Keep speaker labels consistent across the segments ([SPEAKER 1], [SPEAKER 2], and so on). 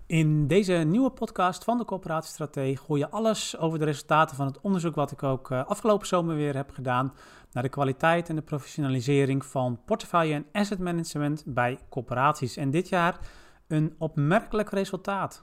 [SPEAKER 1] In deze nieuwe podcast van de Coöperatiestrategie gooi je alles over de resultaten van het onderzoek wat ik ook afgelopen zomer weer heb gedaan naar de kwaliteit en de professionalisering van portefeuille en asset management bij corporaties. En dit jaar een opmerkelijk resultaat.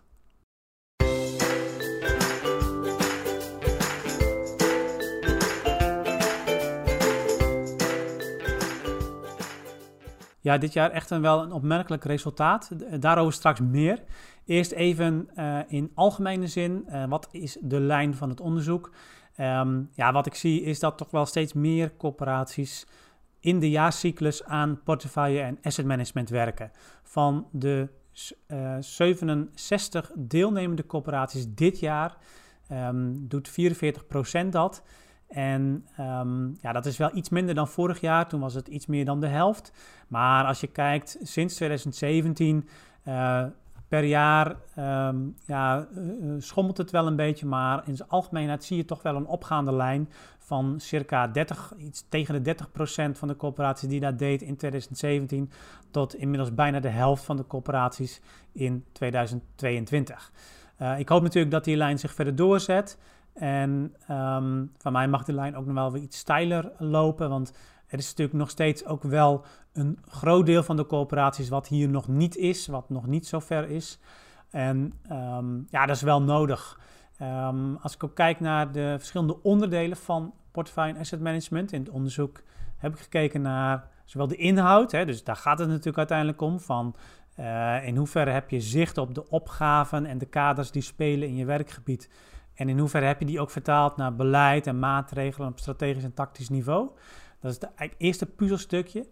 [SPEAKER 1] Ja, dit jaar echt wel een opmerkelijk resultaat. Daarover straks meer. Eerst even in algemene zin, wat is de lijn van het onderzoek? Wat ik zie is dat toch wel steeds meer corporaties in de jaarcyclus aan portefeuille en asset management werken. Van de 67 deelnemende corporaties dit jaar doet 44% dat. En dat is wel iets minder dan vorig jaar. Toen was het iets meer dan de helft. Maar als je kijkt, sinds 2017 per jaar schommelt het wel een beetje. Maar in zijn algemeenheid zie je toch wel een opgaande lijn van circa 30, iets tegen de 30% van de corporaties die dat deed in 2017... tot inmiddels bijna de helft van de corporaties in 2022. Ik hoop natuurlijk dat die lijn zich verder doorzet. En van mij mag de lijn ook nog wel weer iets steiler lopen, want er is natuurlijk nog steeds ook wel een groot deel van de corporaties wat hier nog niet is, wat nog niet zo ver is. En dat is wel nodig. Als ik ook kijk naar de verschillende onderdelen van portefeuille en asset management, in het onderzoek heb ik gekeken naar zowel de inhoud, dus daar gaat het natuurlijk uiteindelijk om, van in hoeverre heb je zicht op de opgaven en de kaders die spelen in je werkgebied. En in hoeverre heb je die ook vertaald naar beleid en maatregelen op strategisch en tactisch niveau. Dat is het eerste puzzelstukje.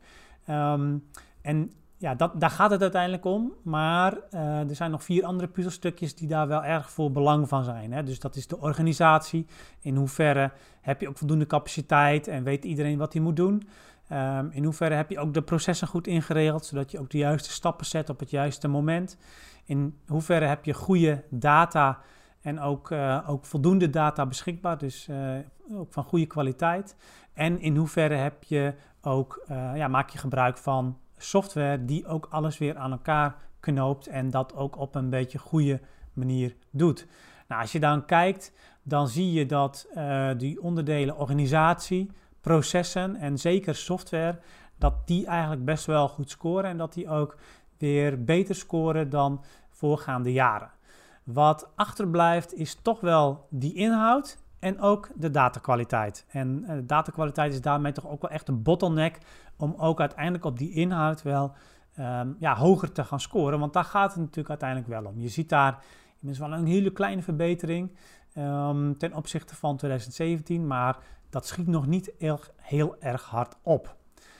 [SPEAKER 1] Daar gaat het uiteindelijk om. Maar er zijn nog 4 andere puzzelstukjes die daar wel erg voor belang van zijn. Hè? Dus dat is de organisatie. In hoeverre heb je ook voldoende capaciteit en weet iedereen wat hij moet doen. In hoeverre heb je ook de processen goed ingeregeld, zodat je ook de juiste stappen zet op het juiste moment. In hoeverre heb je goede data en ook voldoende data beschikbaar, dus ook van goede kwaliteit. En in hoeverre heb je ook, maak je gebruik van software die ook alles weer aan elkaar knoopt en dat ook op een beetje goede manier doet. Nou, als je dan kijkt, dan zie je dat die onderdelen organisatie, processen en zeker software, dat die eigenlijk best wel goed scoren en dat die ook weer beter scoren dan voorgaande jaren. Wat achterblijft is toch wel die inhoud en ook de datakwaliteit. En de datakwaliteit is daarmee toch ook wel echt een bottleneck om ook uiteindelijk op die inhoud wel hoger te gaan scoren. Want daar gaat het natuurlijk uiteindelijk wel om. Je ziet daar inmiddels wel een hele kleine verbetering ten opzichte van 2017, maar dat schiet nog niet heel erg hard op.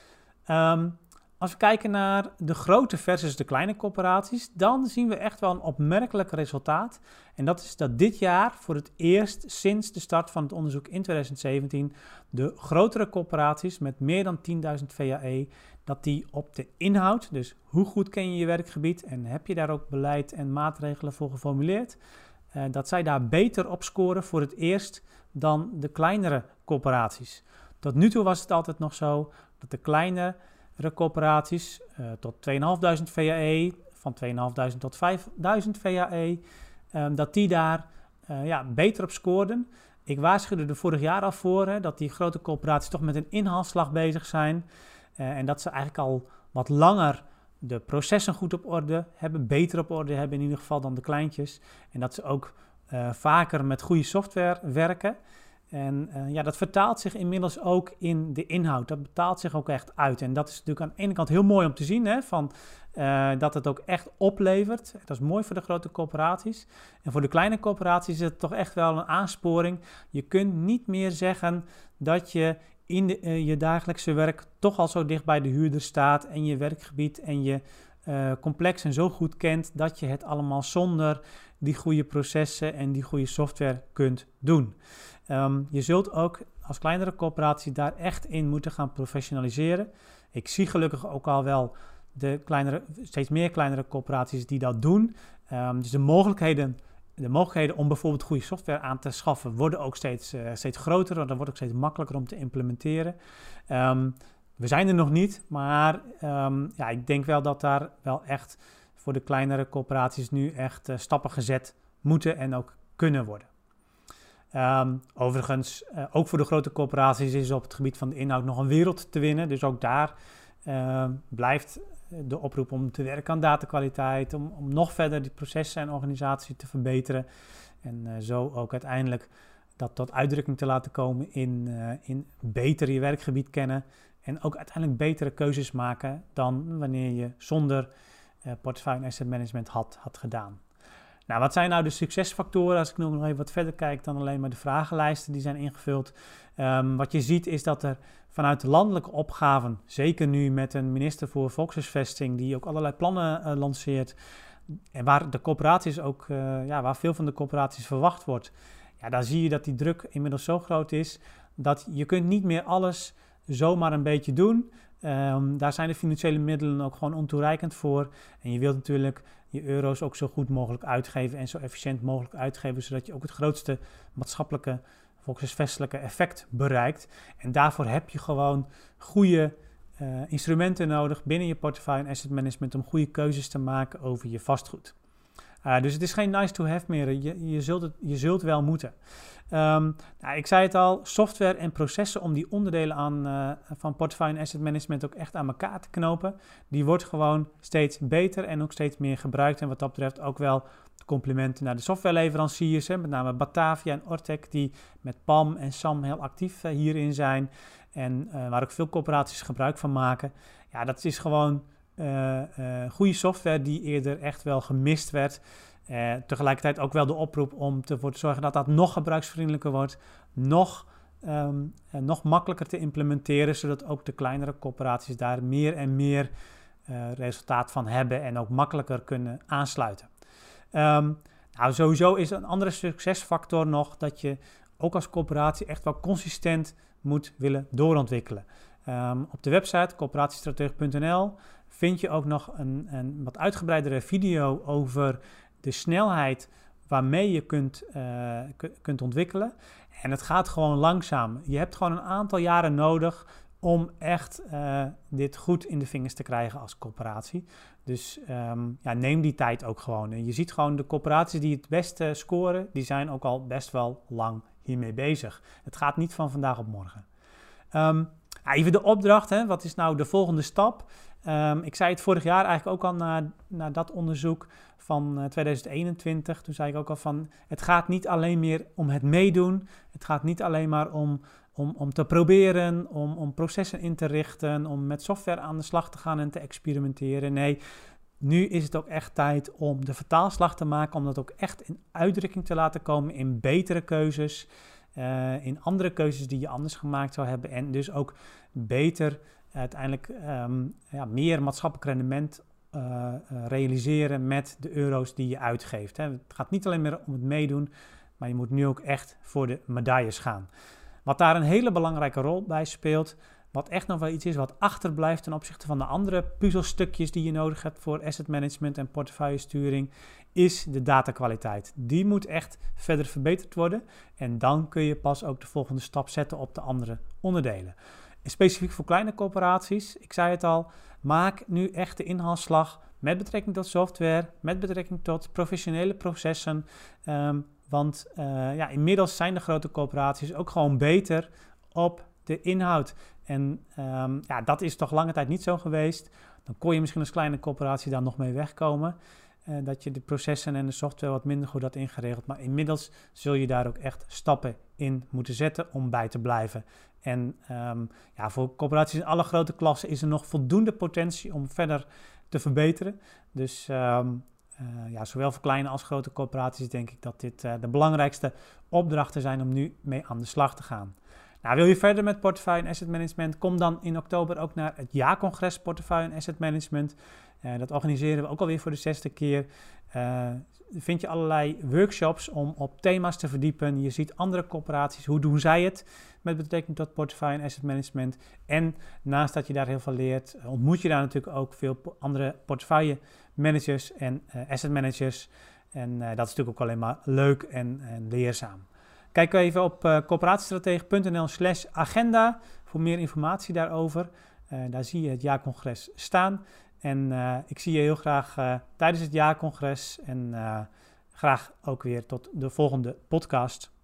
[SPEAKER 1] Als we kijken naar de grote versus de kleine corporaties, dan zien we echt wel een opmerkelijk resultaat. En dat is dat dit jaar voor het eerst sinds de start van het onderzoek in 2017... de grotere corporaties met meer dan 10.000 VAE, dat die op de inhoud, dus hoe goed ken je je werkgebied en heb je daar ook beleid en maatregelen voor geformuleerd, dat zij daar beter op scoren voor het eerst dan de kleinere corporaties. Tot nu toe was het altijd nog zo dat de kleinere corporaties tot 2.500 VAE, van 2.500 tot 5.000 VAE, dat die daar beter op scoorden. Ik waarschuwde er vorig jaar al voor dat die grote corporaties toch met een inhaalslag bezig zijn en dat ze eigenlijk al wat langer de processen goed op orde hebben, beter op orde hebben in ieder geval dan de kleintjes. En dat ze ook vaker met goede software werken. En dat vertaalt zich inmiddels ook in de inhoud. Dat betaalt zich ook echt uit. En dat is natuurlijk aan de ene kant heel mooi om te zien, dat het ook echt oplevert. Dat is mooi voor de grote corporaties. En voor de kleine corporaties is het toch echt wel een aansporing. Je kunt niet meer zeggen dat je in je dagelijkse werk toch al zo dicht bij de huurder staat en je werkgebied en je complex en zo goed kent dat je het allemaal zonder die goede processen en die goede software kunt doen. Je zult ook als kleinere corporatie daar echt in moeten gaan professionaliseren. Ik zie gelukkig ook al wel steeds meer kleinere corporaties die dat doen. Dus de mogelijkheden om bijvoorbeeld goede software aan te schaffen worden ook steeds groter. Want dat wordt ook steeds makkelijker om te implementeren. We zijn er nog niet, maar ik denk wel dat daar wel echt voor de kleinere corporaties nu echt stappen gezet moeten en ook kunnen worden. Overigens, ook voor de grote corporaties is op het gebied van de inhoud nog een wereld te winnen. Dus ook daar blijft de oproep om te werken aan datakwaliteit, om nog verder die processen en organisatie te verbeteren. En zo ook uiteindelijk dat tot uitdrukking te laten komen in beter je werkgebied kennen. En ook uiteindelijk betere keuzes maken dan wanneer je zonder portefeuille en asset management had gedaan. Nou, wat zijn nou de succesfactoren? Als ik nog even wat verder kijk dan alleen maar de vragenlijsten die zijn ingevuld. Wat je ziet is dat er vanuit de landelijke opgaven, zeker nu met een minister voor volkshuisvesting die ook allerlei plannen lanceert, en waar de corporaties ook, waar veel van de corporaties verwacht wordt, ja, daar zie je dat die druk inmiddels zo groot is dat je kunt niet meer alles zomaar een beetje doen. Daar zijn de financiële middelen ook gewoon ontoereikend voor. En je wilt natuurlijk je euro's ook zo goed mogelijk uitgeven en zo efficiënt mogelijk uitgeven, zodat je ook het grootste maatschappelijke, volkshuisvestelijke effect bereikt. En daarvoor heb je gewoon goede instrumenten nodig binnen je portefeuille en asset management om goede keuzes te maken over je vastgoed. Dus het is geen nice to have meer. Je zult wel moeten. Ik zei het al, software en processen om die onderdelen van portefeuille en asset management ook echt aan elkaar te knopen. Die wordt gewoon steeds beter en ook steeds meer gebruikt. En wat dat betreft ook wel complimenten naar de softwareleveranciers. Met name Batavia en Ortec die met PAM en SAM heel actief hierin zijn. En waar ook veel corporaties gebruik van maken. Ja, dat is gewoon goede software die eerder echt wel gemist werd. Tegelijkertijd ook wel de oproep om ervoor te zorgen dat dat nog gebruiksvriendelijker wordt, nog makkelijker te implementeren, zodat ook de kleinere corporaties daar meer en meer resultaat van hebben en ook makkelijker kunnen aansluiten. Sowieso is een andere succesfactor nog dat je ook als corporatie echt wel consistent moet willen doorontwikkelen. Op de website corporatiestratege.nl vind je ook nog een wat uitgebreidere video over de snelheid waarmee je kunt ontwikkelen. En het gaat gewoon langzaam. Je hebt gewoon een aantal jaren nodig om echt dit goed in de vingers te krijgen als corporatie. Dus neem die tijd ook gewoon. En je ziet gewoon de corporaties die het beste scoren, die zijn ook al best wel lang hiermee bezig. Het gaat niet van vandaag op morgen. Even de opdracht, hè? Wat is nou de volgende stap? Ik zei het vorig jaar eigenlijk ook al na dat onderzoek van 2021. Toen zei ik ook al van, het gaat niet alleen meer om het meedoen. Het gaat niet alleen maar om te proberen, om processen in te richten, om met software aan de slag te gaan en te experimenteren. Nee, nu is het ook echt tijd om de vertaalslag te maken, om dat ook echt in uitdrukking te laten komen in betere keuzes, in andere keuzes die je anders gemaakt zou hebben en dus ook beter uiteindelijk meer maatschappelijk rendement realiseren met de euro's die je uitgeeft. Hè. Het gaat niet alleen meer om het meedoen, maar je moet nu ook echt voor de medailles gaan. Wat daar een hele belangrijke rol bij speelt, wat echt nog wel iets is wat achterblijft ten opzichte van de andere puzzelstukjes die je nodig hebt voor asset management en portefeuillesturing, is de datakwaliteit. Die moet echt verder verbeterd worden en dan kun je pas ook de volgende stap zetten op de andere onderdelen. Specifiek voor kleine corporaties, ik zei het al, maak nu echt de inhaalslag met betrekking tot software, met betrekking tot professionele processen. Want inmiddels zijn de grote corporaties ook gewoon beter op de inhoud. En dat is toch lange tijd niet zo geweest. Dan kon je misschien als kleine corporatie daar nog mee wegkomen. Dat je de processen en de software wat minder goed had ingeregeld. Maar inmiddels zul je daar ook echt stappen in moeten zetten om bij te blijven. En voor corporaties in alle grote klassen is er nog voldoende potentie om verder te verbeteren. Dus zowel voor kleine als grote corporaties denk ik dat dit de belangrijkste opdrachten zijn om nu mee aan de slag te gaan. Nou, wil je verder met portefeuille en asset management? Kom dan in oktober ook naar het jaarcongres Portefeuille en Asset Management. Dat organiseren we ook alweer voor de 6e keer. Vind je allerlei workshops om op thema's te verdiepen. Je ziet andere corporaties, hoe doen zij het met betrekking tot portefeuille en asset management. En naast dat je daar heel veel leert, ontmoet je daar natuurlijk ook veel andere portefeuille managers en asset managers. En dat is natuurlijk ook alleen maar leuk en leerzaam. Kijk even op corporatiestratege.nl/agenda voor meer informatie daarover. Daar zie je het jaarcongres staan. En ik zie je heel graag tijdens het jaarcongres. En graag ook weer tot de volgende podcast.